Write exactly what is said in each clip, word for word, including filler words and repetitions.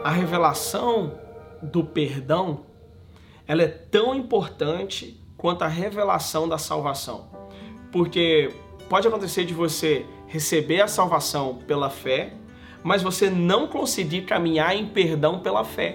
a revelação do perdão, ela é tão importante quanto a revelação da salvação. Porque pode acontecer de você receber a salvação pela fé, mas você não conseguir caminhar em perdão pela fé.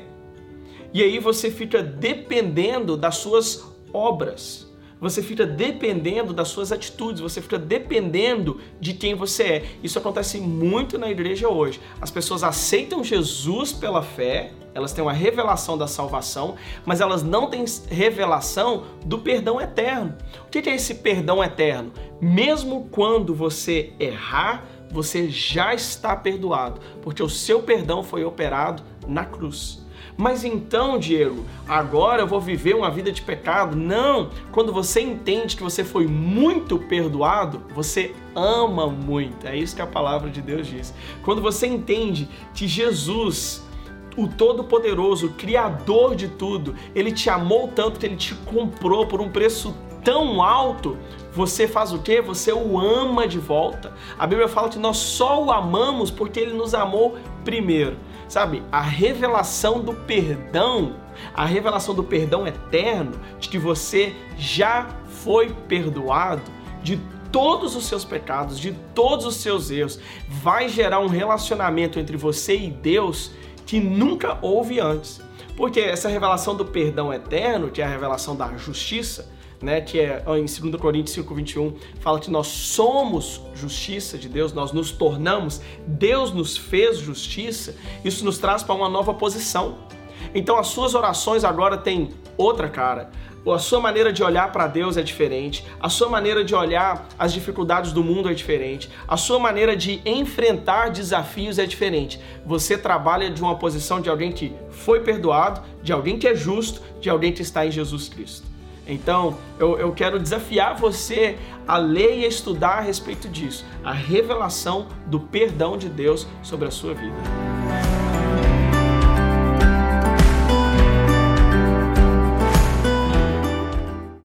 E aí você fica dependendo das suas obras. Você fica dependendo das suas atitudes, você fica dependendo de quem você é. Isso acontece muito na igreja hoje. As pessoas aceitam Jesus pela fé, elas têm uma revelação da salvação, mas elas não têm revelação do perdão eterno. O que é esse perdão eterno? Mesmo quando você errar, você já está perdoado, porque o seu perdão foi operado na cruz. Mas então, Diego, agora eu vou viver uma vida de pecado? Não! Quando você entende que você foi muito perdoado, você ama muito. É isso que a palavra de Deus diz. Quando você entende que Jesus, o Todo-Poderoso, o Criador de tudo, Ele te amou tanto que Ele te comprou por um preço tão alto, você faz o quê? Você o ama de volta. A Bíblia fala que nós só o amamos porque Ele nos amou primeiro. Sabe, a revelação do perdão, a revelação do perdão eterno, de que você já foi perdoado de todos os seus pecados, de todos os seus erros, vai gerar um relacionamento entre você e Deus que nunca houve antes. Porque essa revelação do perdão eterno, que é a revelação da justiça, né, que é em dois Coríntios cinco, vinte e um, fala que nós somos justiça de Deus, nós nos tornamos, Deus nos fez justiça, isso nos traz para uma nova posição. Então as suas orações agora têm outra cara, a sua maneira de olhar para Deus é diferente, a sua maneira de olhar as dificuldades do mundo é diferente, a sua maneira de enfrentar desafios é diferente. Você trabalha de uma posição de alguém que foi perdoado, de alguém que é justo, de alguém que está em Jesus Cristo. Então, eu, eu quero desafiar você a ler e a estudar a respeito disso, a revelação do perdão de Deus sobre a sua vida.